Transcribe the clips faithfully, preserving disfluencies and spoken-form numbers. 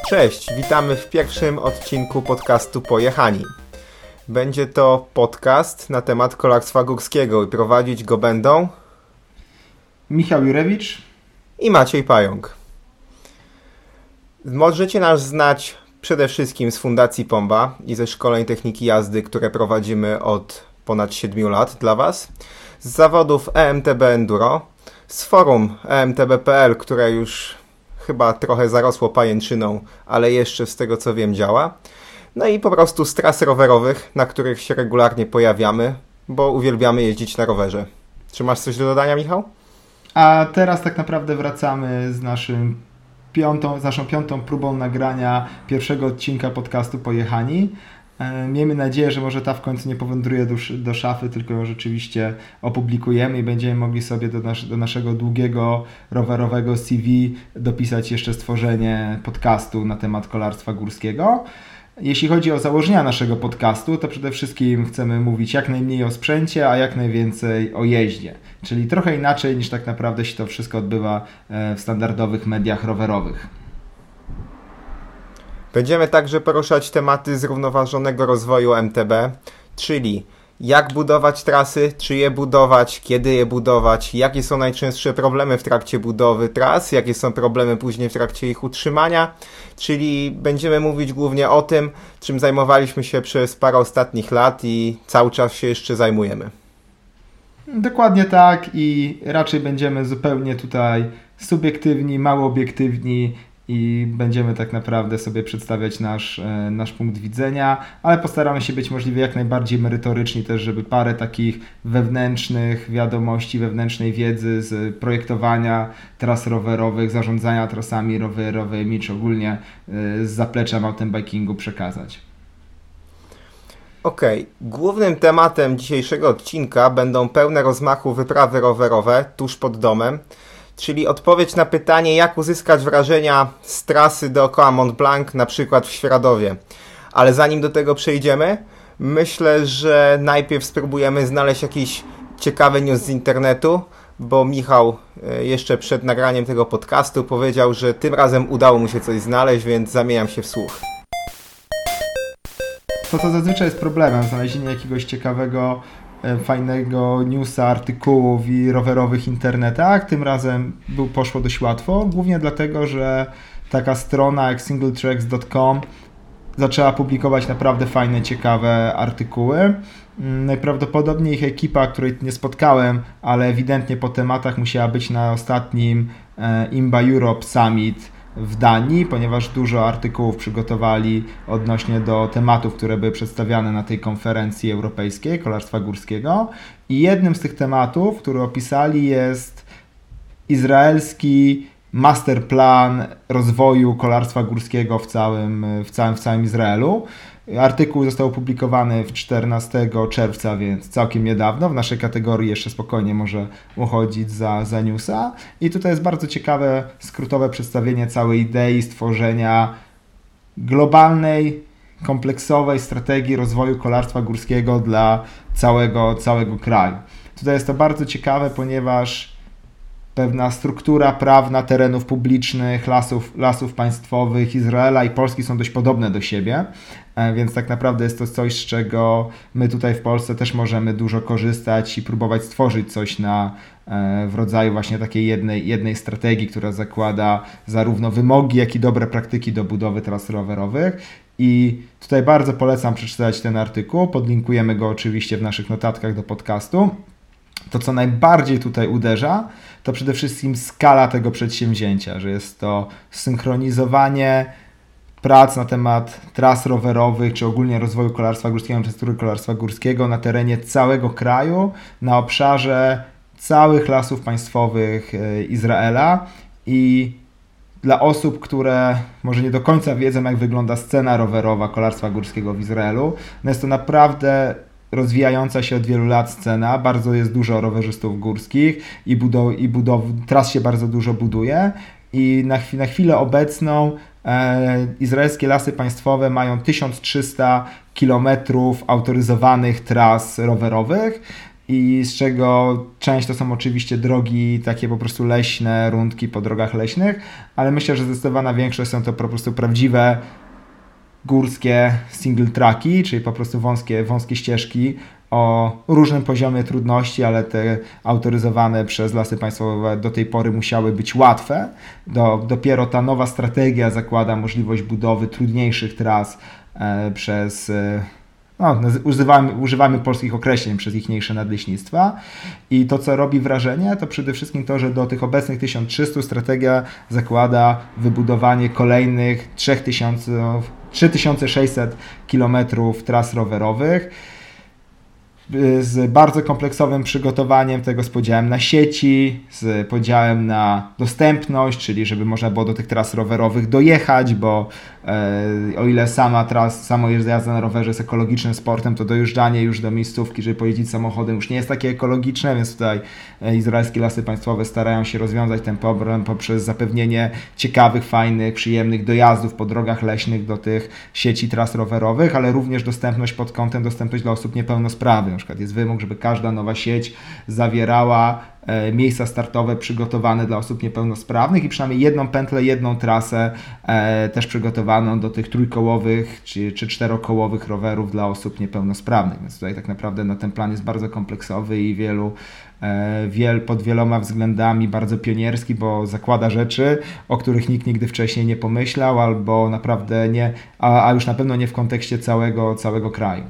Cześć, witamy w pierwszym odcinku podcastu Pojechani. Będzie to podcast na temat kolarstwa górskiego i prowadzić go będą Michał Jurewicz i Maciej Pająk. Możecie nas znać przede wszystkim z Fundacji Pomba i ze szkoleń techniki jazdy, które prowadzimy od ponad siedmiu lat dla Was, z zawodów E M T B Enduro, z forum E M T B kropka P L, które już chyba trochę zarosło pajęczyną, ale jeszcze z tego co wiem działa. No i po prostu z tras rowerowych, na których się regularnie pojawiamy, bo uwielbiamy jeździć na rowerze. Czy masz coś do dodania, Michał? A teraz tak naprawdę wracamy z, naszym piątą, z naszą piątą próbą nagrania pierwszego odcinka podcastu Pojechani. Miejmy nadzieję, że może ta w końcu nie powędruje do, do szafy, tylko ją rzeczywiście opublikujemy i będziemy mogli sobie do, nas, do naszego długiego rowerowego C V dopisać jeszcze stworzenie podcastu na temat kolarstwa górskiego. Jeśli chodzi o założenia naszego podcastu, to przede wszystkim chcemy mówić jak najmniej o sprzęcie, a jak najwięcej o jeździe. Czyli trochę inaczej niż tak naprawdę się to wszystko odbywa w standardowych mediach rowerowych. Będziemy także poruszać tematy zrównoważonego rozwoju M T B, czyli jak budować trasy, czy je budować, kiedy je budować, jakie są najczęstsze problemy w trakcie budowy tras, jakie są problemy później w trakcie ich utrzymania, czyli będziemy mówić głównie o tym, czym zajmowaliśmy się przez parę ostatnich lat i cały czas się jeszcze zajmujemy. Dokładnie tak i raczej będziemy zupełnie tutaj subiektywni, mało obiektywni, i będziemy tak naprawdę sobie przedstawiać nasz, nasz punkt widzenia, ale postaramy się być możliwie jak najbardziej merytoryczni też, żeby parę takich wewnętrznych wiadomości, wewnętrznej wiedzy z projektowania tras rowerowych, zarządzania trasami rowerowymi, czy ogólnie z zaplecza mountainbikingu przekazać. Okej, okay. Głównym tematem dzisiejszego odcinka będą pełne rozmachu wyprawy rowerowe tuż pod domem, czyli odpowiedź na pytanie, jak uzyskać wrażenia z trasy dookoła Mont Blanc, na przykład w Świeradowie. Ale zanim do tego przejdziemy, myślę, że najpierw spróbujemy znaleźć jakiś ciekawy news z internetu, bo Michał jeszcze przed nagraniem tego podcastu powiedział, że tym razem udało mu się coś znaleźć, więc zamieniam się w słuch. To, co zazwyczaj jest problemem, znalezienie jakiegoś ciekawego, fajnego newsa, artykułów i rowerowych internetach. Tym razem był, poszło dość łatwo, głównie dlatego, że taka strona jak singletracks kropka com zaczęła publikować naprawdę fajne, ciekawe artykuły. Najprawdopodobniej ich ekipa, której nie spotkałem, ale ewidentnie po tematach musiała być na ostatnim I M B A Europe Summit w Danii, ponieważ dużo artykułów przygotowali odnośnie do tematów, które były przedstawiane na tej konferencji europejskiej kolarstwa górskiego. I jednym z tych tematów, który opisali, jest izraelski masterplan rozwoju kolarstwa górskiego w całym, w całym, w całym Izraelu. Artykuł został opublikowany w czternastego czerwca, więc całkiem niedawno. W naszej kategorii jeszcze spokojnie może uchodzić za, za newsa. I tutaj jest bardzo ciekawe, skrótowe przedstawienie całej idei stworzenia globalnej, kompleksowej strategii rozwoju kolarstwa górskiego dla całego, całego kraju. Tutaj jest to bardzo ciekawe, ponieważ pewna struktura prawna terenów publicznych, lasów, lasów państwowych Izraela i Polski są dość podobne do siebie, więc tak naprawdę jest to coś, z czego my tutaj w Polsce też możemy dużo korzystać i próbować stworzyć coś na, w rodzaju właśnie takiej jednej, jednej strategii, która zakłada zarówno wymogi, jak i dobre praktyki do budowy tras rowerowych. I tutaj bardzo polecam przeczytać ten artykuł, podlinkujemy go oczywiście w naszych notatkach do podcastu. To, co najbardziej tutaj uderza, to przede wszystkim skala tego przedsięwzięcia, że jest to synchronizowanie prac na temat tras rowerowych, czy ogólnie rozwoju kolarstwa górskiego, infrastruktury kolarstwa górskiego na terenie całego kraju, na obszarze całych lasów państwowych Izraela. I dla osób, które może nie do końca wiedzą, jak wygląda scena rowerowa kolarstwa górskiego w Izraelu, no jest to naprawdę rozwijająca się od wielu lat scena, bardzo jest dużo rowerzystów górskich i, budow- i budow- tras się bardzo dużo buduje i na, chw- na chwilę obecną e, izraelskie lasy państwowe mają tysiąc trzysta kilometrów autoryzowanych tras rowerowych i z czego część to są oczywiście drogi takie po prostu leśne, rundki po drogach leśnych, ale myślę, że zdecydowana większość są to po prostu prawdziwe górskie single tracki, czyli po prostu wąskie, wąskie ścieżki o różnym poziomie trudności, ale te autoryzowane przez Lasy Państwowe do tej pory musiały być łatwe. Do, dopiero ta nowa strategia zakłada możliwość budowy trudniejszych tras e, przez... E, No, używamy, używamy polskich określeń przez ichniejsze nadleśnictwa i to, co robi wrażenie, to przede wszystkim to, że do tych obecnych tysiąc trzystu strategia zakłada wybudowanie kolejnych trzy tysiące sześćset kilometrów tras rowerowych z bardzo kompleksowym przygotowaniem tego, z podziałem na sieci, z podziałem na dostępność, czyli żeby można było do tych tras rowerowych dojechać, bo e, o ile sama tras, samo jazda na rowerze jest ekologicznym sportem, to dojeżdżanie już do miejscówki, żeby pojeździć samochodem, już nie jest takie ekologiczne, więc tutaj izraelskie Lasy Państwowe starają się rozwiązać ten problem poprzez zapewnienie ciekawych, fajnych, przyjemnych dojazdów po drogach leśnych do tych sieci tras rowerowych, ale również dostępność pod kątem dostępność dla osób niepełnosprawnych. Na przykład jest wymóg, żeby każda nowa sieć zawierała e, miejsca startowe przygotowane dla osób niepełnosprawnych i przynajmniej jedną pętlę, jedną trasę e, też przygotowaną do tych trójkołowych czy, czy czterokołowych rowerów dla osób niepełnosprawnych. Więc tutaj tak naprawdę no, ten plan jest bardzo kompleksowy i wielu e, wiel, pod wieloma względami bardzo pionierski, bo zakłada rzeczy, o których nikt nigdy wcześniej nie pomyślał albo naprawdę nie, a, a już na pewno nie w kontekście całego, całego kraju.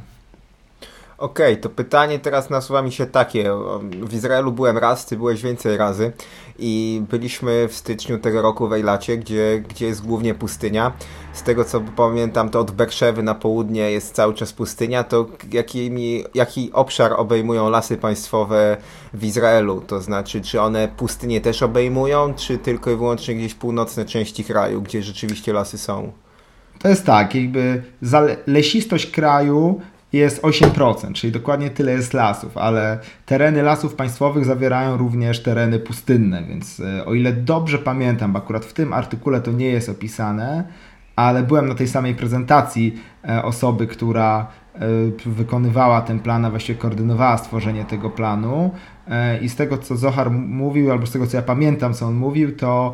Okej, okay, to pytanie teraz nasuwa mi się takie. W Izraelu byłem raz, ty byłeś więcej razy i byliśmy w styczniu tego roku w Ejlacie, gdzie, gdzie jest głównie pustynia. Z tego co pamiętam, to od Berszewy na południe jest cały czas pustynia. To jakimi, jaki obszar obejmują Lasy Państwowe w Izraelu? To znaczy, czy one pustynię też obejmują, czy tylko i wyłącznie gdzieś północne części kraju, gdzie rzeczywiście lasy są? To jest tak, jakby lesistość kraju jest osiem procent, czyli dokładnie tyle jest lasów, ale tereny lasów państwowych zawierają również tereny pustynne, więc o ile dobrze pamiętam, bo akurat w tym artykule to nie jest opisane, ale byłem na tej samej prezentacji osoby, która wykonywała ten plan, a właściwie koordynowała stworzenie tego planu i z tego, co Zohar mówił, albo z tego, co ja pamiętam, co on mówił, to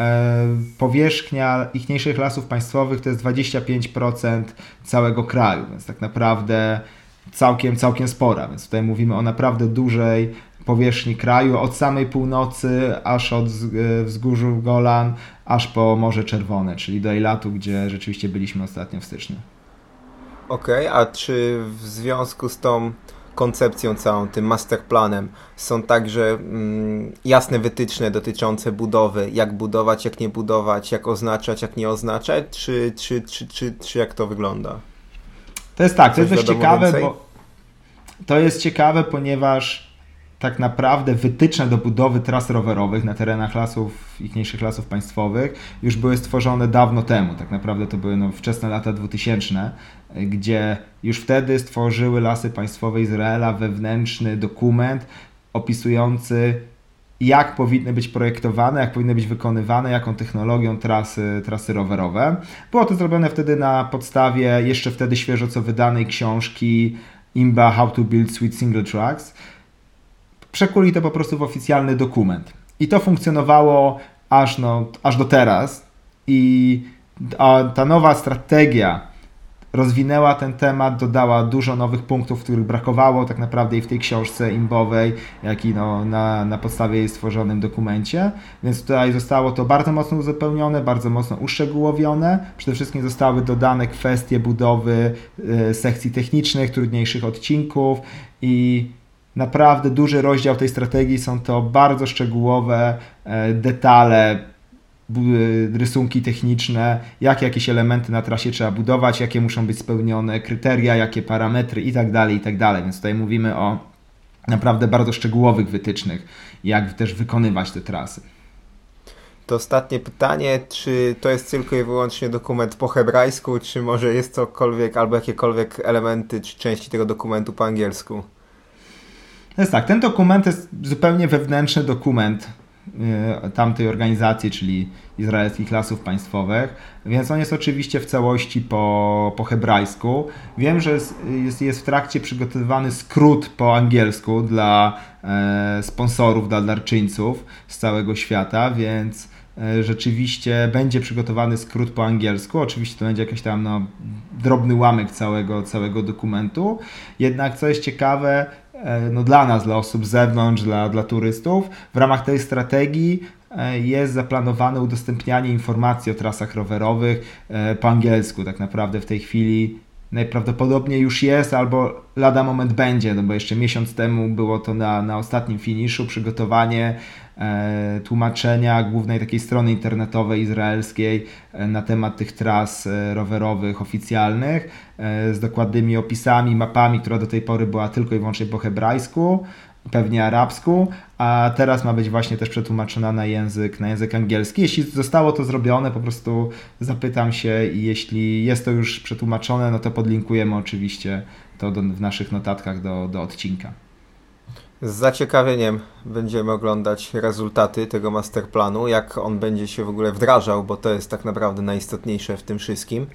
powierzchnia ichniejszych lasów państwowych to jest dwadzieścia pięć procent całego kraju, więc tak naprawdę całkiem, całkiem spora, więc tutaj mówimy o naprawdę dużej powierzchni kraju, od samej północy, aż od wzgórzu Golan, aż po Morze Czerwone, czyli do Eilatu, gdzie rzeczywiście byliśmy ostatnio w styczniu. Okej, okay, a czy w związku z tą koncepcją całą, tym masterplanem są także mm, jasne wytyczne dotyczące budowy, jak budować, jak nie budować, jak oznaczać, jak nie oznaczać, czy, czy, czy, czy, czy jak to wygląda? To jest tak, to jest dość ciekawe, więcej? bo to jest ciekawe, ponieważ tak naprawdę wytyczne do budowy tras rowerowych na terenach lasów, ichniejszych lasów państwowych już były stworzone dawno temu. Tak naprawdę to były no, wczesne lata dwutysięczne, gdzie już wtedy stworzyły Lasy Państwowe Izraela wewnętrzny dokument opisujący, jak powinny być projektowane, jak powinny być wykonywane, jaką technologią trasy, trasy rowerowe. Było to zrobione wtedy na podstawie jeszcze wtedy świeżo co wydanej książki Imba How to Build Sweet Single Tracks. Przekuli to po prostu w oficjalny dokument. I to funkcjonowało aż, no, aż do teraz. I a ta nowa strategia rozwinęła ten temat, dodała dużo nowych punktów, których brakowało tak naprawdę i w tej książce imbowej, jak i no, na, na podstawie jej stworzonym dokumencie. Więc tutaj zostało to bardzo mocno uzupełnione, bardzo mocno uszczegółowione. Przede wszystkim zostały dodane kwestie budowy y, sekcji technicznych, trudniejszych odcinków i naprawdę duży rozdział tej strategii są to bardzo szczegółowe y, detale, rysunki techniczne, jakie jakieś elementy na trasie trzeba budować, jakie muszą być spełnione kryteria, jakie parametry i tak dalej, i tak dalej. Więc tutaj mówimy o naprawdę bardzo szczegółowych wytycznych, jak też wykonywać te trasy. To ostatnie pytanie, czy to jest tylko i wyłącznie dokument po hebrajsku, czy może jest cokolwiek albo jakiekolwiek elementy czy części tego dokumentu po angielsku? To jest tak, ten dokument jest zupełnie wewnętrzny dokument tamtej organizacji, czyli Izraelskich Lasów Państwowych, więc on jest oczywiście w całości po, po hebrajsku. Wiem, że jest, jest w trakcie przygotowywany skrót po angielsku dla e, sponsorów, dla darczyńców z całego świata, więc e, rzeczywiście będzie przygotowany skrót po angielsku. Oczywiście to będzie jakiś tam no, drobny ułamek całego, całego dokumentu. Jednak co jest ciekawe, no dla nas, dla osób z zewnątrz, dla, dla turystów, w ramach tej strategii jest zaplanowane udostępnianie informacji o trasach rowerowych po angielsku. Tak naprawdę w tej chwili najprawdopodobniej już jest albo lada moment będzie, no bo jeszcze miesiąc temu było to na, na ostatnim finiszu, przygotowanie e, tłumaczenia głównej takiej strony internetowej izraelskiej e, na temat tych tras e, rowerowych oficjalnych e, z dokładnymi opisami, mapami, która do tej pory była tylko i wyłącznie po hebrajsku, pewnie arabsku, a teraz ma być właśnie też przetłumaczona na język, na język angielski. Jeśli zostało to zrobione, po prostu zapytam się i jeśli jest to już przetłumaczone, no to podlinkujemy oczywiście to do, w naszych notatkach do, do odcinka. Z zaciekawieniem będziemy oglądać rezultaty tego masterplanu, jak on będzie się w ogóle wdrażał, bo to jest tak naprawdę najistotniejsze w tym wszystkim.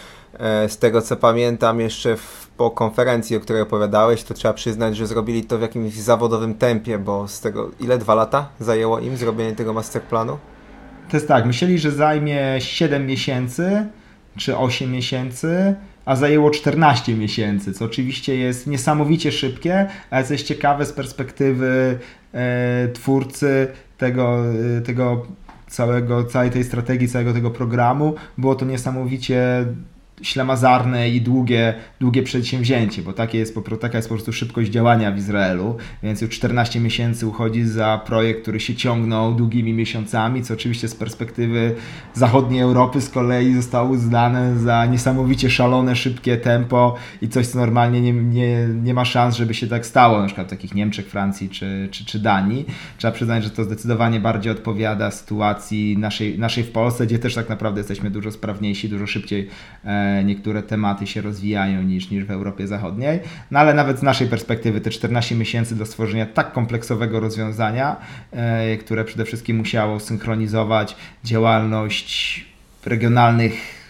Z tego co pamiętam jeszcze w, po konferencji, o której opowiadałeś, to trzeba przyznać, że zrobili to w jakimś zawodowym tempie, bo z tego ile dwa lata zajęło im zrobienie tego masterplanu? To jest tak, myśleli, że zajmie siedem miesięcy czy osiem miesięcy, a zajęło czternaście miesięcy, co oczywiście jest niesamowicie szybkie, ale co jest ciekawe z perspektywy e, twórcy tego, e, tego całego, całej tej strategii, całego tego programu, było to niesamowicie ślamazarne i długie, długie przedsięwzięcie, bo takie jest, taka jest po prostu szybkość działania w Izraelu, więc już czternaście miesięcy uchodzi za projekt, który się ciągnął długimi miesiącami, co oczywiście z perspektywy zachodniej Europy z kolei zostało uznane za niesamowicie szalone, szybkie tempo i coś, co normalnie nie, nie, nie ma szans, żeby się tak stało, na przykład w takich Niemczech, Francji czy, czy, czy Danii. Trzeba przyznać, że to zdecydowanie bardziej odpowiada sytuacji naszej, naszej w Polsce, gdzie też tak naprawdę jesteśmy dużo sprawniejsi, dużo szybciej e, niektóre tematy się rozwijają niż, niż w Europie Zachodniej, no ale nawet z naszej perspektywy te czternaście miesięcy do stworzenia tak kompleksowego rozwiązania, e, które przede wszystkim musiało synchronizować działalność regionalnych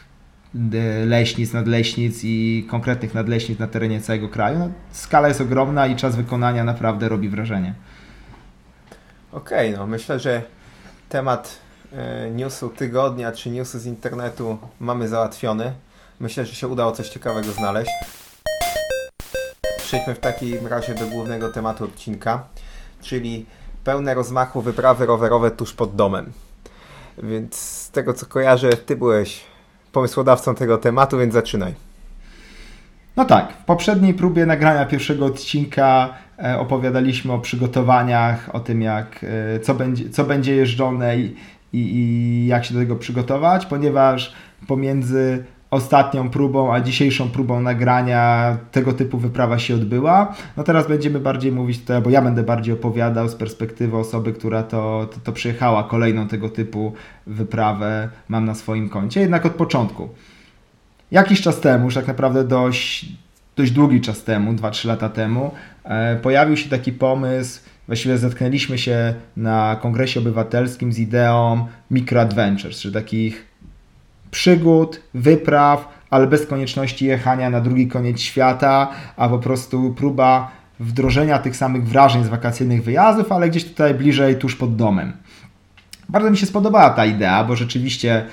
leśnic, nadleśnic i konkretnych nadleśnic na terenie całego kraju. No, skala jest ogromna i czas wykonania naprawdę robi wrażenie. Okej, okay, no myślę, że temat e, newsu tygodnia czy newsu z internetu mamy załatwiony. Myślę, że się udało coś ciekawego znaleźć. Przejdźmy w takim razie do głównego tematu odcinka, czyli pełne rozmachu wyprawy rowerowe tuż pod domem. Więc z tego co kojarzę, ty byłeś pomysłodawcą tego tematu, więc zaczynaj. No tak, w poprzedniej próbie nagrania pierwszego odcinka opowiadaliśmy o przygotowaniach, o tym jak, co będzie, co będzie jeżdżone i, i, i jak się do tego przygotować, ponieważ pomiędzy ostatnią próbą, a dzisiejszą próbą nagrania tego typu wyprawa się odbyła. No teraz będziemy bardziej mówić tutaj, bo ja będę bardziej opowiadał z perspektywy osoby, która to, to, to przejechała kolejną tego typu wyprawę, mam na swoim koncie, jednak od początku. Jakiś czas temu, już tak naprawdę dość, dość długi czas temu, dwa trzy lata temu, e, pojawił się taki pomysł, właściwie zetknęliśmy się na kongresie obywatelskim z ideą microadventures, czyli takich przygód, wypraw, ale bez konieczności jechania na drugi koniec świata, a po prostu próba wdrożenia tych samych wrażeń z wakacyjnych wyjazdów, ale gdzieś tutaj bliżej, tuż pod domem. Bardzo mi się spodobała ta idea, bo rzeczywiście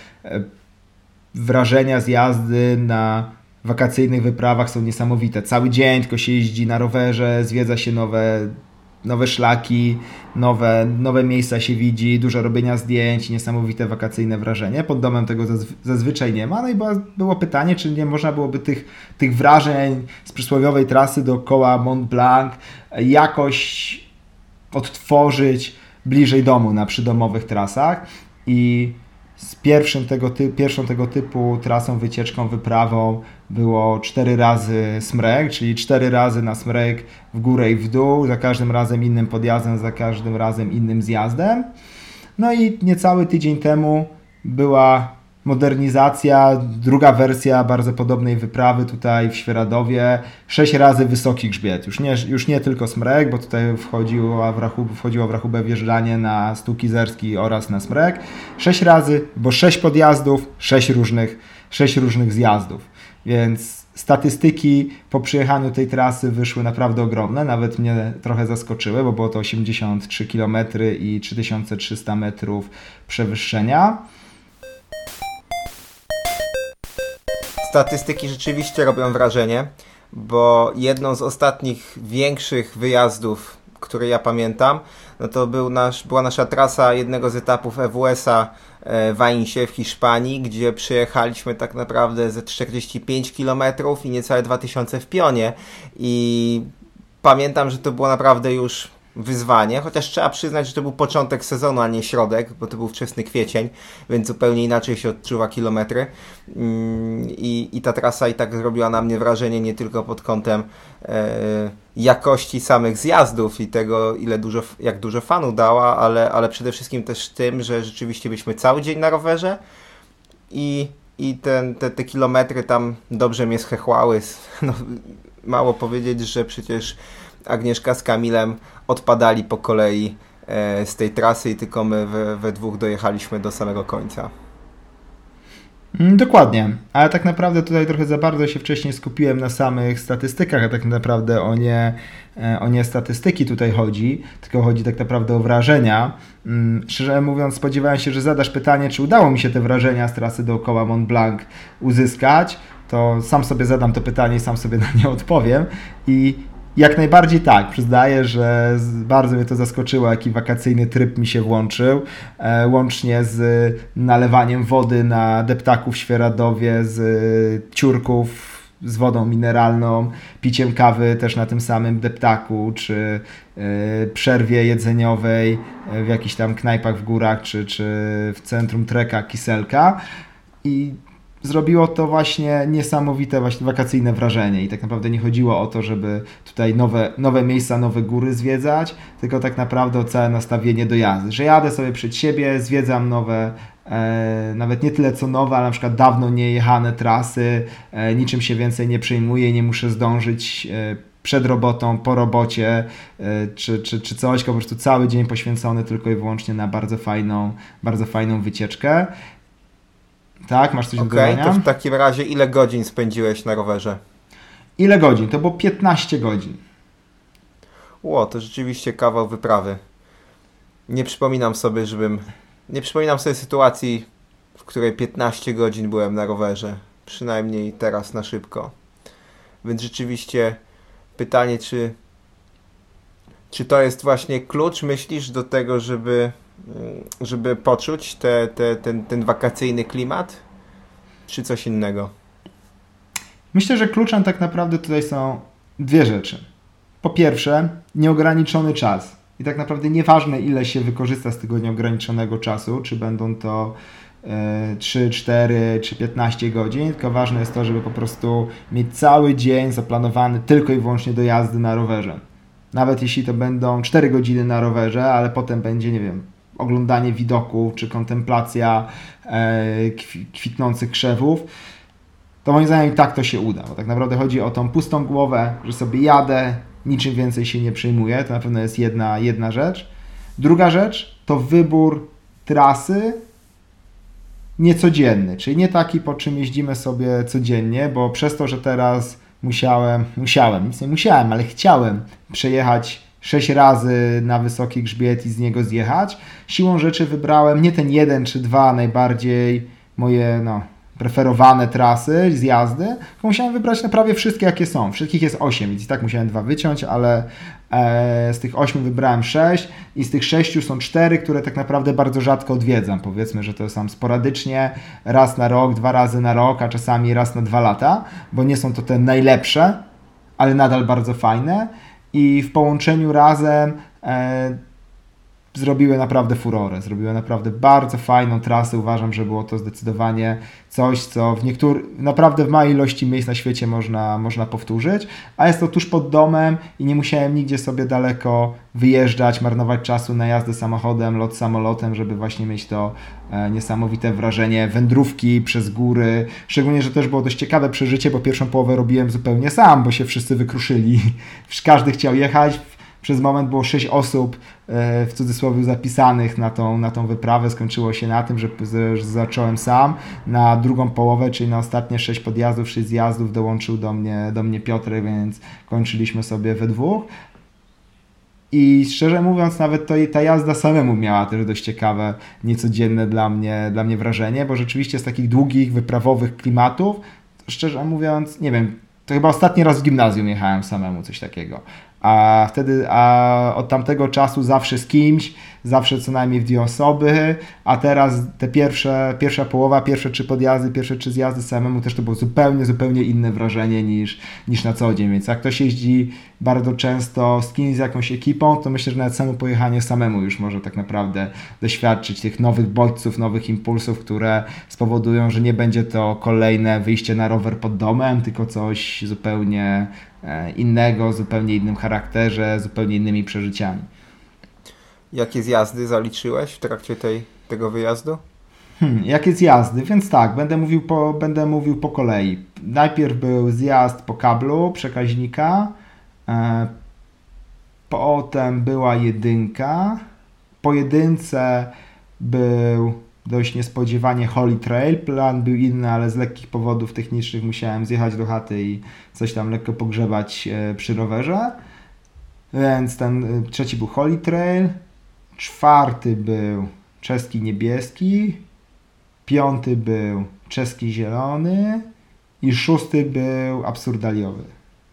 wrażenia z jazdy na wakacyjnych wyprawach są niesamowite. Cały dzień tylko się jeździ na rowerze, zwiedza się nowe nowe szlaki, nowe, nowe miejsca się widzi, dużo robienia zdjęć, niesamowite wakacyjne wrażenie. Pod domem tego zazwy- zazwyczaj nie ma. No i było, było pytanie, czy nie można byłoby tych, tych wrażeń z przysłowiowej trasy dookoła Mont Blanc jakoś odtworzyć bliżej domu na przydomowych trasach. I z pierwszym tego ty- pierwszą tego typu trasą, wycieczką, wyprawą było cztery razy smrek, czyli cztery razy na smrek w górę i w dół, za każdym razem innym podjazdem, za każdym razem innym zjazdem. No i niecały tydzień temu była modernizacja, druga wersja bardzo podobnej wyprawy tutaj w Świeradowie, sześć razy wysoki grzbiet, już nie, już nie tylko smrek, bo tutaj wchodziło w, rachubę, wchodziło w rachubę wjeżdżanie na stół kizerski oraz na smrek, sześć razy, bo sześć podjazdów, sześć różnych, sześć różnych zjazdów, więc statystyki po przyjechaniu tej trasy wyszły naprawdę ogromne, nawet mnie trochę zaskoczyły, bo było to osiemdziesiąt trzy kilometry i trzy tysiące trzysta metrów przewyższenia. Statystyki rzeczywiście robią wrażenie, bo jedną z ostatnich większych wyjazdów, które ja pamiętam, no to był nasz, była nasza trasa jednego z etapów E W S-a w Ainsie w Hiszpanii, gdzie przyjechaliśmy tak naprawdę ze czterdzieści pięć kilometrów i niecałe dwa tysiące w pionie i pamiętam, że to było naprawdę już wyzwanie, chociaż trzeba przyznać, że to był początek sezonu, a nie środek, bo to był wczesny kwiecień, więc zupełnie inaczej się odczuwa kilometry i, i ta trasa i tak zrobiła na mnie wrażenie nie tylko pod kątem e, jakości samych zjazdów i tego, ile dużo, jak dużo fanu dała, ale, ale przede wszystkim też tym, że rzeczywiście byliśmy cały dzień na rowerze i, i ten, te, te kilometry tam dobrze mnie schechłały. No, mało powiedzieć, że przecież Agnieszka z Kamilem odpadali po kolei e, z tej trasy i tylko my we, we dwóch dojechaliśmy do samego końca. Dokładnie, ale tak naprawdę tutaj trochę za bardzo się wcześniej skupiłem na samych statystykach, a tak naprawdę o nie, o nie statystyki tutaj chodzi, tylko chodzi tak naprawdę o wrażenia. Szczerze mówiąc, spodziewałem się, że zadasz pytanie, czy udało mi się te wrażenia z trasy dookoła Mont Blanc uzyskać, to sam sobie zadam to pytanie i sam sobie na nie odpowiem i jak najbardziej tak, przyznaję, że bardzo mnie to zaskoczyło, jaki wakacyjny tryb mi się włączył, e, łącznie z nalewaniem wody na deptaku w Świeradowie, z ciurków z wodą mineralną, piciem kawy też na tym samym deptaku, czy e, przerwie jedzeniowej w jakichś tam knajpach w górach, czy, czy w centrum treka Kiselka i zrobiło to właśnie niesamowite właśnie wakacyjne wrażenie i tak naprawdę nie chodziło o to, żeby tutaj nowe, nowe miejsca, nowe góry zwiedzać, tylko tak naprawdę o całe nastawienie do jazdy, że jadę sobie przed siebie, zwiedzam nowe, e, nawet nie tyle co nowe, ale na przykład dawno niejechane trasy, e, niczym się więcej nie przejmuję, nie muszę zdążyć e, przed robotą, po robocie, e, czy, czy, czy coś, po prostu cały dzień poświęcony tylko i wyłącznie na bardzo fajną, bardzo fajną wycieczkę. Tak, masz coś do dodania? Okej, to w takim razie ile godzin spędziłeś na rowerze? Ile godzin? To było piętnaście godzin. Ło, to rzeczywiście kawał wyprawy. Nie przypominam sobie, żebym... Nie przypominam sobie sytuacji, w której piętnaście godzin byłem na rowerze. Przynajmniej teraz na szybko. Więc rzeczywiście pytanie, czy... Czy to jest właśnie klucz, myślisz, do tego, żeby... żeby poczuć te, te, ten, ten wakacyjny klimat, czy coś innego? Myślę, że kluczem tak naprawdę tutaj są dwie rzeczy. Po pierwsze, nieograniczony czas. I tak naprawdę nieważne, ile się wykorzysta z tego nieograniczonego czasu, czy będą to e, trzy, cztery czy piętnaście godzin, tylko ważne jest to, żeby po prostu mieć cały dzień zaplanowany tylko i wyłącznie do jazdy na rowerze. Nawet jeśli to będą cztery godziny na rowerze, ale potem będzie, nie wiem, oglądanie widoków, czy kontemplacja e, kwitnących krzewów, to moim zdaniem i tak to się uda, bo tak naprawdę chodzi o tą pustą głowę, że sobie jadę, niczym więcej się nie przejmuję, to na pewno jest jedna, jedna rzecz. Druga rzecz to wybór trasy niecodzienny, czyli nie taki, po czym jeździmy sobie codziennie, bo przez to, że teraz musiałem, musiałem, nic nie musiałem, ale chciałem przejechać sześć razy na wysoki grzbiet i z niego zjechać. Siłą rzeczy wybrałem nie ten jeden czy dwa najbardziej moje no, preferowane trasy z jazdy, tylko musiałem wybrać na prawie wszystkie, jakie są. Wszystkich jest osiem, więc i tak musiałem dwa wyciąć, ale e, z tych ośmiu wybrałem sześć i z tych sześciu są cztery, które tak naprawdę bardzo rzadko odwiedzam. Powiedzmy, że to są sporadycznie, raz na rok, dwa razy na rok, a czasami raz na dwa lata, bo nie są to te najlepsze, ale nadal bardzo fajne. I w połączeniu razem e, zrobiły naprawdę furorę, zrobiły naprawdę bardzo fajną trasę. Uważam, że było to zdecydowanie coś, co w niektórych, naprawdę w małej ilości miejsc na świecie można, można powtórzyć, a jest to tuż pod domem i nie musiałem nigdzie sobie daleko wyjeżdżać, marnować czasu na jazdę samochodem, lot samolotem, żeby właśnie mieć to e, niesamowite wrażenie wędrówki przez góry. Szczególnie, że też było dość ciekawe przeżycie, bo pierwszą połowę robiłem zupełnie sam, bo się wszyscy wykruszyli. Każdy chciał jechać. Przez moment było sześć osób w cudzysłowie zapisanych na tą, na tą wyprawę. Skończyło się na tym, że, że zacząłem sam. Na drugą połowę, czyli na ostatnie sześć podjazdów, sześć zjazdów dołączył do mnie, do mnie Piotrek, więc kończyliśmy sobie we dwóch. I szczerze mówiąc, nawet to, ta jazda samemu miała też dość ciekawe, niecodzienne dla mnie, dla mnie wrażenie, bo rzeczywiście z takich długich, wyprawowych klimatów, to szczerze mówiąc, nie wiem, to chyba ostatni raz w gimnazjum jechałem samemu, coś takiego. A wtedy, a od tamtego czasu zawsze z kimś, zawsze co najmniej w dwie osoby, a teraz te pierwsze, pierwsza połowa, pierwsze trzy podjazdy, pierwsze trzy zjazdy samemu też to było zupełnie, zupełnie inne wrażenie niż, niż na co dzień, więc jak ktoś jeździ bardzo często z kimś, z jakąś ekipą, to myślę, że nawet samo pojechanie samemu już może tak naprawdę doświadczyć tych nowych bodźców, nowych impulsów, które spowodują, że nie będzie to kolejne wyjście na rower pod domem, tylko coś zupełnie innego, zupełnie innym charakterze, zupełnie innymi przeżyciami. Jakie zjazdy zaliczyłeś w trakcie tej, tego wyjazdu? Hmm, jakie zjazdy? Więc tak, będę mówił, po, będę mówił po kolei. Najpierw był zjazd po kablu przekaźnika, e, potem była jedynka, po jedynce był dość niespodziewanie Holy Trail. Plan był inny, ale z lekkich powodów technicznych musiałem zjechać do chaty i coś tam lekko pogrzebać e, przy rowerze. Więc ten e, trzeci był Holy Trail, czwarty był czeski niebieski, piąty był czeski zielony i szósty był absurdaliowy.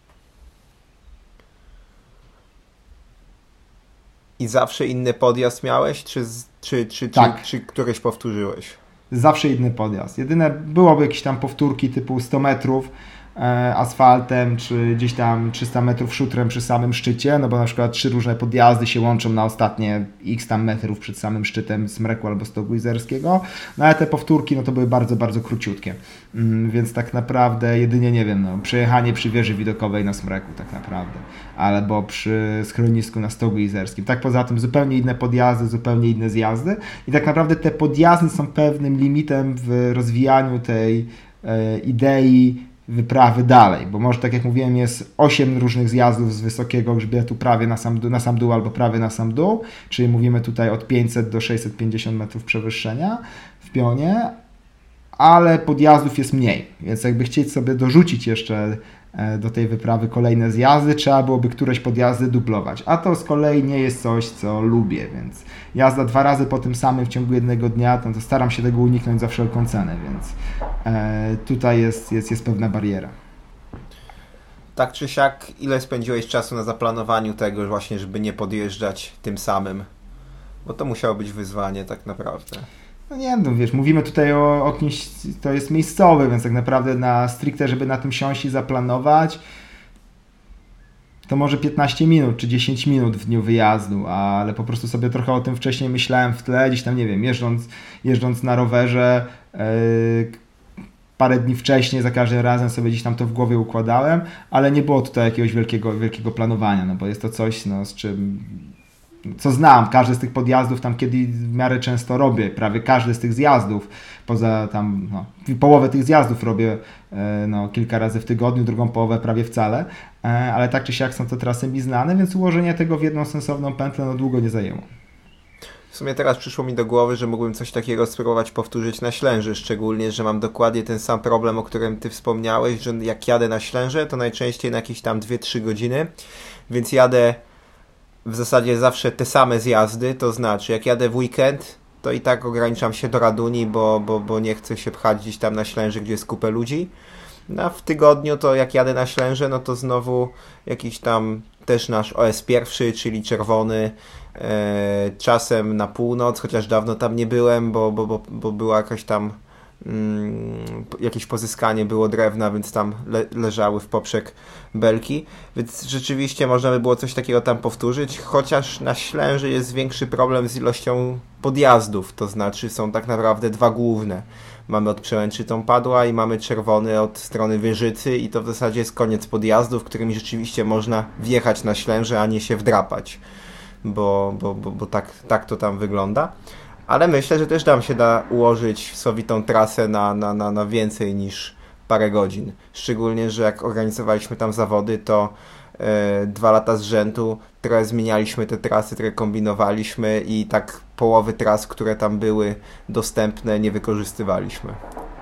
I zawsze inny podjazd miałeś, czy, czy, czy, tak. czy, czy któreś powtórzyłeś? Zawsze inny podjazd. Jedyne byłoby jakieś tam powtórki typu sto metrów e, asfaltem, czy gdzieś tam trzysta metrów szutrem przy samym szczycie, no bo na przykład trzy różne podjazdy się łączą na ostatnie x tam metrów przed samym szczytem Smreku albo Stogu Izerskiego, no ale te powtórki no to były bardzo, bardzo króciutkie, mm, więc tak naprawdę jedynie, nie wiem, no, przejechanie przy wieży widokowej na Smreku tak naprawdę, albo przy schronisku na Stogu Izerskim. Tak poza tym zupełnie inne podjazdy, zupełnie inne zjazdy i tak naprawdę te podjazdy są pewnym limitem w rozwijaniu tej e, idei wyprawy dalej, bo może tak jak mówiłem jest osiem różnych zjazdów z wysokiego grzbietu prawie na sam, dół, na sam dół albo prawie na sam dół, czyli mówimy tutaj od pięćset do sześćset pięćdziesiąt metrów przewyższenia w pionie, ale podjazdów jest mniej, więc jakby chcieć sobie dorzucić jeszcze do tej wyprawy kolejne zjazdy, trzeba byłoby któreś podjazdy dublować, a to z kolei nie jest coś, co lubię, więc jazda dwa razy po tym samym w ciągu jednego dnia, no to staram się tego uniknąć za wszelką cenę, więc e, tutaj jest, jest, jest pewna bariera. Tak czy siak, ile spędziłeś czasu na zaplanowaniu tego właśnie, żeby nie podjeżdżać tym samym? Bo to musiało być wyzwanie tak naprawdę. No nie, no wiesz, mówimy tutaj o, o kimś, to jest miejscowy, więc tak naprawdę na stricte, żeby na tym siąść i zaplanować, to może piętnaście minut czy dziesięć minut w dniu wyjazdu, ale po prostu sobie trochę o tym wcześniej myślałem w tle, gdzieś tam, nie wiem, jeżdżąc, jeżdżąc na rowerze, yy, parę dni wcześniej za każdym razem sobie gdzieś tam to w głowie układałem, ale nie było tutaj jakiegoś wielkiego, wielkiego planowania, no bo jest to coś, no, z czym... co znam, każdy z tych podjazdów tam kiedy w miarę często robię, prawie każdy z tych zjazdów, poza tam no, połowę tych zjazdów robię no, kilka razy w tygodniu, drugą połowę prawie wcale, ale tak czy siak są to trasy mi znane, więc ułożenie tego w jedną sensowną pętlę no długo nie zajęło. W sumie teraz przyszło mi do głowy, że mógłbym coś takiego spróbować powtórzyć na Ślęży, szczególnie, że mam dokładnie ten sam problem, o którym ty wspomniałeś, że jak jadę na Ślęże, to najczęściej na jakieś tam dwie trzy godziny, więc jadę w zasadzie zawsze te same zjazdy, to znaczy jak jadę w weekend, to i tak ograniczam się do Raduni, bo, bo, bo nie chcę się pchać gdzieś tam na Ślęży, gdzie jest kupę ludzi. No a w tygodniu to jak jadę na Ślęże, no to znowu jakiś tam też nasz O S pierwszy, czyli czerwony, e, czasem na północ, chociaż dawno tam nie byłem, bo, bo, bo, bo była jakaś tam mm, jakieś pozyskanie było drewna, więc tam le, leżały w poprzek belki, więc rzeczywiście można by było coś takiego tam powtórzyć, chociaż na Ślęży jest większy problem z ilością podjazdów, to znaczy są tak naprawdę dwa główne. Mamy od Przełęczy Padła i mamy czerwony od strony Wieżycy i to w zasadzie jest koniec podjazdów, którymi rzeczywiście można wjechać na Ślęże, a nie się wdrapać, bo, bo, bo, bo tak, tak to tam wygląda. Ale myślę, że też tam się da ułożyć sowitą trasę na, na, na, na więcej niż parę godzin. Szczególnie, że jak organizowaliśmy tam zawody, to e, dwa lata z rzędu trochę zmienialiśmy te trasy, trochę kombinowaliśmy i tak połowy tras, które tam były dostępne, nie wykorzystywaliśmy.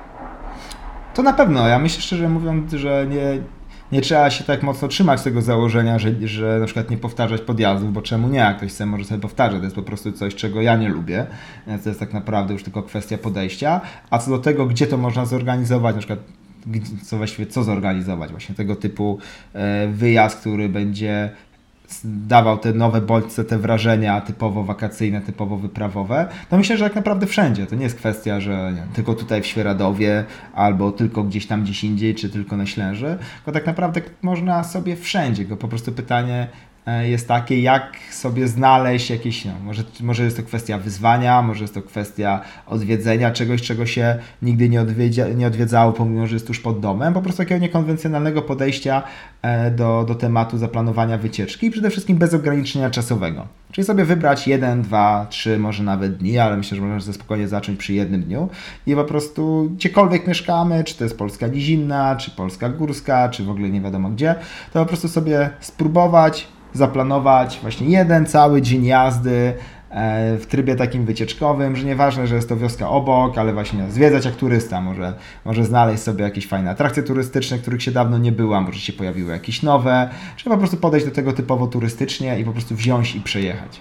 To na pewno. Ja myślę szczerze mówiąc, że nie, nie trzeba się tak mocno trzymać tego założenia, że, że na przykład nie powtarzać podjazdów, bo czemu nie? Jak ktoś chce, może sobie powtarzać. To jest po prostu coś, czego ja nie lubię. Więc to jest tak naprawdę już tylko kwestia podejścia. A co do tego, gdzie to można zorganizować, na przykład co właściwie co zorganizować, właśnie tego typu wyjazd, który będzie dawał te nowe bodźce, te wrażenia typowo wakacyjne, typowo wyprawowe, to myślę, że tak naprawdę wszędzie. To nie jest kwestia, że nie, tylko tutaj w Świeradowie, albo tylko gdzieś tam gdzieś indziej, czy tylko na Ślęży, tylko tak naprawdę można sobie wszędzie. Tylko po prostu pytanie jest takie, jak sobie znaleźć jakieś, no, może, może jest to kwestia wyzwania, może jest to kwestia odwiedzenia czegoś, czego się nigdy nie, odwiedzia, nie odwiedzało, pomimo że jest tuż pod domem, po prostu takiego niekonwencjonalnego podejścia do, do tematu zaplanowania wycieczki i przede wszystkim bez ograniczenia czasowego. Czyli sobie wybrać jeden, dwa, trzy, może nawet dni, ale myślę, że możemy ze spokojnie zacząć przy jednym dniu i po prostu gdziekolwiek mieszkamy, czy to jest Polska nizinna, czy Polska górska, czy w ogóle nie wiadomo gdzie, to po prostu sobie spróbować zaplanować właśnie jeden cały dzień jazdy w trybie takim wycieczkowym, że nieważne, że jest to wioska obok, ale właśnie zwiedzać jak turysta, może, może znaleźć sobie jakieś fajne atrakcje turystyczne, których się dawno nie było, może się pojawiły jakieś nowe, trzeba po prostu podejść do tego typowo turystycznie i po prostu wziąć i przejechać.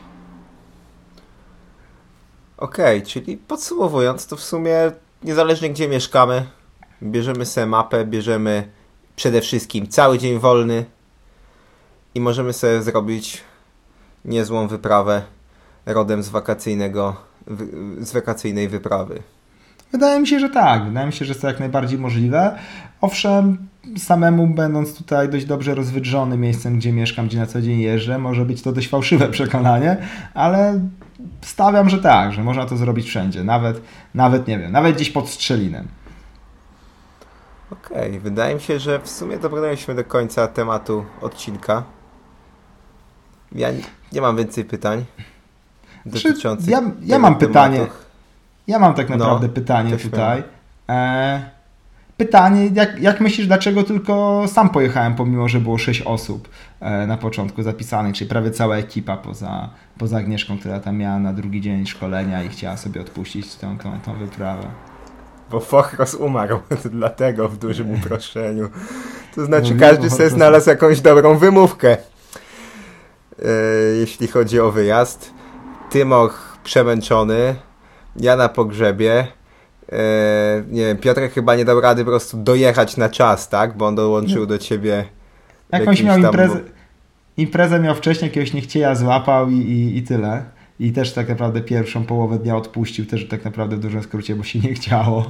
Okej, okay, czyli podsumowując, to w sumie niezależnie gdzie mieszkamy, bierzemy sobie mapę, bierzemy przede wszystkim cały dzień wolny, i możemy sobie zrobić niezłą wyprawę rodem z wakacyjnego, z wakacyjnej wyprawy. Wydaje mi się, że tak. Wydaje mi się, że jest to jak najbardziej możliwe. Owszem, samemu będąc tutaj dość dobrze rozwydrzonym miejscem, gdzie mieszkam, gdzie na co dzień jeżdżę, może być to dość fałszywe przekonanie, ale stawiam, że tak, że można to zrobić wszędzie. Nawet, nawet nie wiem, nawet gdzieś pod Strzelinem. Okej, okay, wydaje mi się, że w sumie dobrnęliśmy do końca tematu odcinka. Ja nie, nie mam więcej pytań dotyczących Ja, ja mam tematu. pytanie. Ja mam tak naprawdę no, pytanie tutaj. E, pytanie, jak, jak myślisz, dlaczego tylko sam pojechałem, pomimo że było sześć osób e, na początku zapisanych, czyli prawie cała ekipa poza, poza Agnieszką, która tam miała na drugi dzień szkolenia i chciała sobie odpuścić tą, tą, tą wyprawę. Bo Fochros umarł, dlatego w dużym uproszczeniu. To znaczy no, każdy sobie znalazł jakąś dobrą wymówkę, e, jeśli chodzi o wyjazd. Tymoch przemęczony, ja na pogrzebie. E, nie wiem, Piotrek chyba nie dał rady po prostu dojechać na czas, tak? Bo on dołączył no. do ciebie jakąś miał imprezę, tam... imprezę miał wcześniej, jakiegoś niechcieja złapał i, i, i tyle. I też tak naprawdę pierwszą połowę dnia odpuścił, też tak naprawdę w dużym skrócie, bo się nie chciało.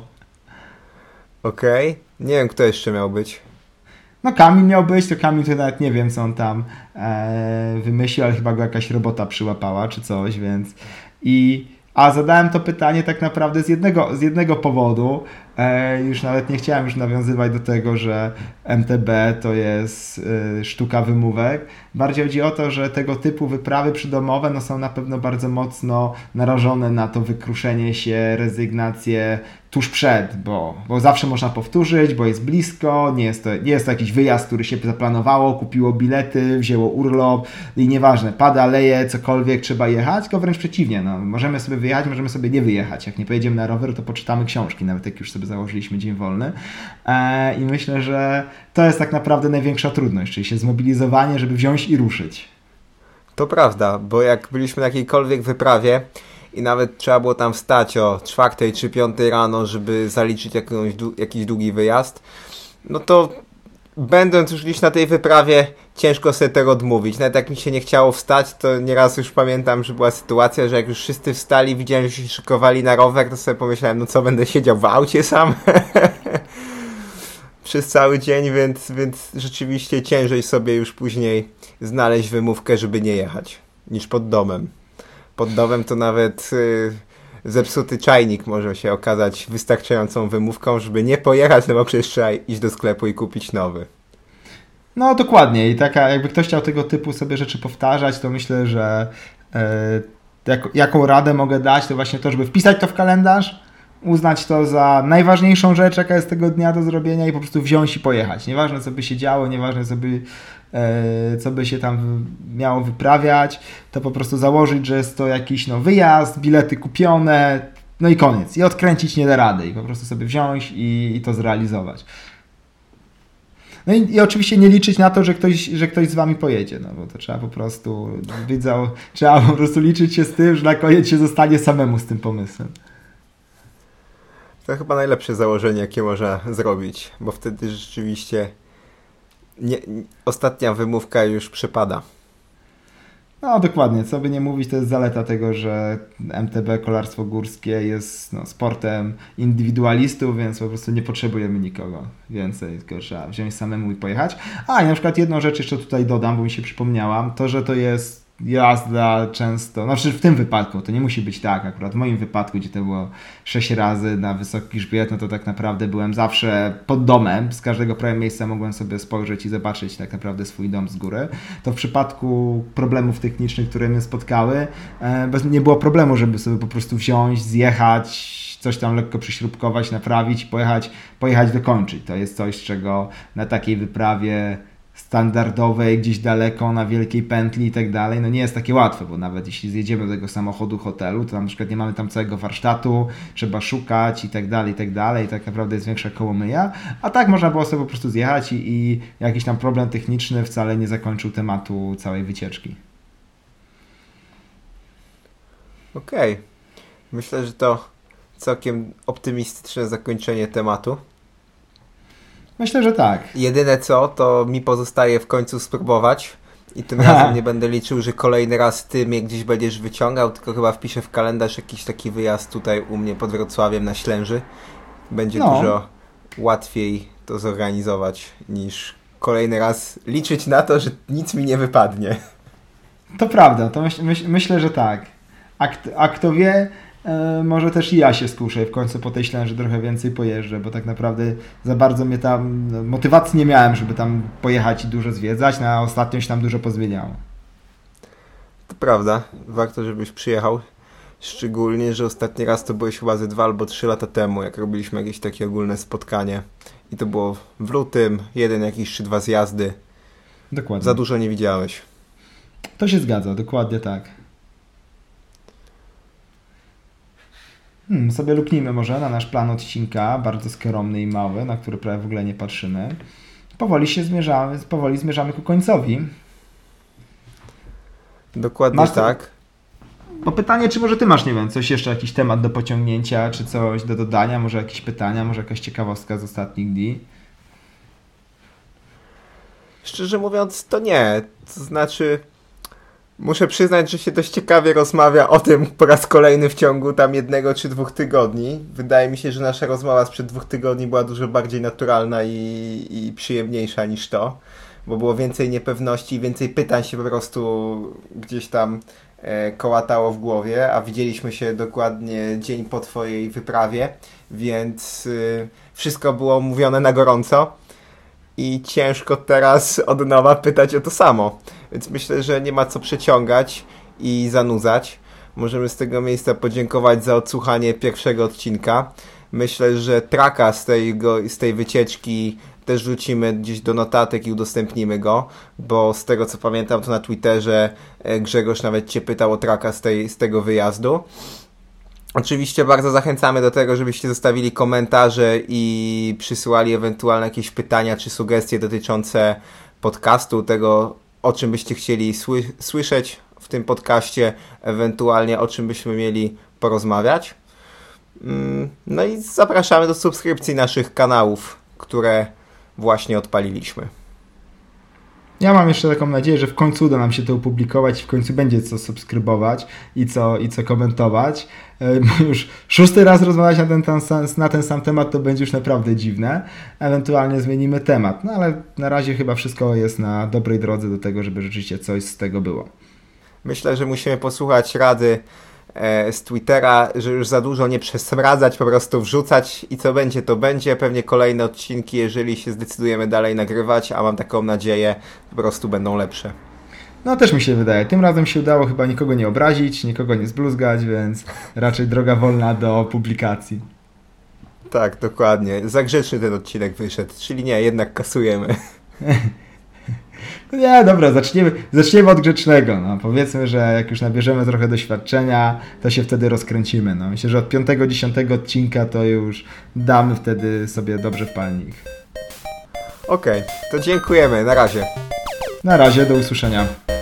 Okej. Okay. Nie wiem, kto jeszcze miał być. No Kamil miał być, to Kamil to nawet nie wiem, co on tam e, wymyślił, ale chyba go jakaś robota przyłapała czy coś, więc... I, a zadałem to pytanie tak naprawdę z jednego, z jednego powodu. E, już nawet nie chciałem już nawiązywać do tego, że M T B to jest e, sztuka wymówek. Bardziej chodzi o to, że tego typu wyprawy przydomowe no, są na pewno bardzo mocno narażone na to wykruszenie się, rezygnację tuż przed, bo, bo zawsze można powtórzyć, bo jest blisko, nie jest, to, nie jest to jakiś wyjazd, który się zaplanowało, kupiło bilety, wzięło urlop i nieważne, pada, leje, cokolwiek, trzeba jechać, tylko wręcz przeciwnie, no, możemy sobie wyjechać, możemy sobie nie wyjechać. Jak nie pojedziemy na rower, to poczytamy książki, nawet jak już sobie założyliśmy dzień wolny. E, I myślę, że to jest tak naprawdę największa trudność, czyli się zmobilizowanie, żeby wziąć i ruszyć. To prawda, bo jak byliśmy na jakiejkolwiek wyprawie i nawet trzeba było tam wstać o czwartej czy piątej rano, żeby zaliczyć jakąś, jakiś długi wyjazd, no to będąc już gdzieś na tej wyprawie, ciężko sobie tego odmówić. Nawet jak mi się nie chciało wstać, to nieraz już pamiętam, że była sytuacja, że jak już wszyscy wstali, widziałem, że się szykowali na rower, to sobie pomyślałem, no co, będę siedział w aucie sam? Przez cały dzień, więc, więc rzeczywiście ciężej sobie już później znaleźć wymówkę, żeby nie jechać, niż pod domem. Pod domem to nawet yy, zepsuty czajnik może się okazać wystarczającą wymówką, żeby nie pojechać, no bo przecież trzeba iść do sklepu i kupić nowy. No dokładnie i taka, jakby ktoś chciał tego typu sobie rzeczy powtarzać, to myślę, że yy, jak, jaką radę mogę dać, to właśnie to, żeby wpisać to w kalendarz, uznać to za najważniejszą rzecz, jaka jest tego dnia do zrobienia i po prostu wziąć i pojechać. Nieważne, co by się działo, nieważne, co by, e, co by się tam miało wyprawiać, to po prostu założyć, że jest to jakiś no, wyjazd, bilety kupione, no i koniec. I odkręcić nie da rady i po prostu sobie wziąć i, i to zrealizować. No i, i oczywiście nie liczyć na to, że ktoś, że ktoś z wami pojedzie, no bo to trzeba po prostu być za, trzeba po prostu liczyć się z tym, że na koniec się zostanie samemu z tym pomysłem. To chyba najlepsze założenie, jakie można zrobić, bo wtedy rzeczywiście nie, ostatnia wymówka już przypada. No dokładnie, co by nie mówić, to jest zaleta tego, że M T B kolarstwo górskie jest no, sportem indywidualistów, więc po prostu nie potrzebujemy nikogo więcej, tylko trzeba wziąć samemu i pojechać. A i na przykład jedną rzecz jeszcze tutaj dodam, bo mi się przypomniała, to, że to jest jazda często, znaczy w tym wypadku, to nie musi być tak, akurat w moim wypadku, gdzie to było sześć razy na wysoki grzbiet, no to tak naprawdę byłem zawsze pod domem, z każdego prawie miejsca mogłem sobie spojrzeć i zobaczyć tak naprawdę swój dom z góry. To w przypadku problemów technicznych, które mnie spotkały, nie było problemu, żeby sobie po prostu wziąć, zjechać, coś tam lekko przyśrubkować, naprawić, pojechać, pojechać dokończyć. To jest coś, czego na takiej wyprawie standardowej, gdzieś daleko, na wielkiej pętli i tak dalej, no nie jest takie łatwe, bo nawet jeśli zjedziemy do tego samochodu, hotelu, to na przykład nie mamy tam całego warsztatu, trzeba szukać i tak dalej, i tak dalej, i tak naprawdę jest większa kołomyja, a tak można było sobie po prostu zjechać i, i jakiś tam problem techniczny wcale nie zakończył tematu całej wycieczki. Okej. Okay. Myślę, że to całkiem optymistyczne zakończenie tematu. Myślę, że tak. Jedyne co, to mi pozostaje w końcu spróbować i tym razem nie będę liczył, że kolejny raz ty mnie gdzieś będziesz wyciągał, tylko chyba wpiszę w kalendarz jakiś taki wyjazd tutaj u mnie pod Wrocławiem na Ślęży. Będzie no. dużo łatwiej to zorganizować niż kolejny raz liczyć na to, że nic mi nie wypadnie. To prawda, to myśl, myśl, myślę, że tak. A, a kto wie, e, może też i ja się skuszę i w końcu po tej Ślęży trochę więcej pojeżdżę, bo tak naprawdę za bardzo mnie tam, no, motywacji nie miałem, żeby tam pojechać i dużo zwiedzać, na ostatnio się tam dużo pozmieniało. To prawda, warto żebyś przyjechał, szczególnie, że ostatni raz to byłeś chyba ze dwa albo trzy lata temu, jak robiliśmy jakieś takie ogólne spotkanie i to było w lutym, jeden jakiś czy dwa zjazdy. Dokładnie. Za dużo nie widziałeś. To się zgadza, dokładnie tak. Hmm, sobie luknijmy może na nasz plan odcinka, bardzo skromny i mały, na który prawie w ogóle nie patrzymy. Powoli się zmierzamy, powoli zmierzamy ku końcowi. Dokładnie masz tak. Bo pytanie, czy może ty masz, nie wiem, coś jeszcze, jakiś temat do pociągnięcia, czy coś do dodania, może jakieś pytania, może jakaś ciekawostka z ostatnich dni? Szczerze mówiąc, to nie. To znaczy, muszę przyznać, że się dość ciekawie rozmawia o tym po raz kolejny w ciągu tam jednego czy dwóch tygodni. Wydaje mi się, że nasza rozmowa sprzed dwóch tygodni była dużo bardziej naturalna i, i przyjemniejsza niż to, bo było więcej niepewności, więcej pytań się po prostu gdzieś tam e, kołatało w głowie, a widzieliśmy się dokładnie dzień po twojej wyprawie, więc y, wszystko było mówione na gorąco. I ciężko teraz od nowa pytać o to samo. Więc myślę, że nie ma co przeciągać i zanudzać. Możemy z tego miejsca podziękować za odsłuchanie pierwszego odcinka. Myślę, że tracka z, tego, z tej wycieczki też wrzucimy gdzieś do notatek i udostępnimy go, bo z tego co pamiętam, to na Twitterze Grzegorz nawet cię pytał o tracka z, tej, z tego wyjazdu. Oczywiście bardzo zachęcamy do tego, żebyście zostawili komentarze i przysyłali ewentualne jakieś pytania czy sugestie dotyczące podcastu, tego o czym byście chcieli sły- słyszeć w tym podcaście, ewentualnie o czym byśmy mieli porozmawiać. No i zapraszamy do subskrypcji naszych kanałów, które właśnie odpaliliśmy. Ja mam jeszcze taką nadzieję, że w końcu uda nam się to opublikować i w końcu będzie co subskrybować i co, i co komentować. Yy, już szósty raz rozmawiać na ten, ten, na ten sam temat to będzie już naprawdę dziwne. Ewentualnie zmienimy temat, no ale na razie chyba wszystko jest na dobrej drodze do tego, żeby rzeczywiście coś z tego było. Myślę, że musimy posłuchać rady e, z Twittera, że już za dużo nie przesmradzać, po prostu wrzucać i co będzie, to będzie. Pewnie kolejne odcinki, jeżeli się zdecydujemy dalej nagrywać, a mam taką nadzieję, po prostu będą lepsze. No też mi się wydaje. Tym razem się udało chyba nikogo nie obrazić, nikogo nie zbluzgać, więc raczej droga wolna do publikacji. Tak, dokładnie. Za grzeczny ten odcinek wyszedł, czyli nie, jednak kasujemy. No nie, dobra, zaczniemy, zaczniemy od grzecznego. No. Powiedzmy, że jak już nabierzemy trochę doświadczenia, to się wtedy rozkręcimy. No. Myślę, że od piątego, dziesiątego odcinka to już damy wtedy sobie dobrze w palnik. Okej, okay, to dziękujemy. Na razie. Na razie, do usłyszenia.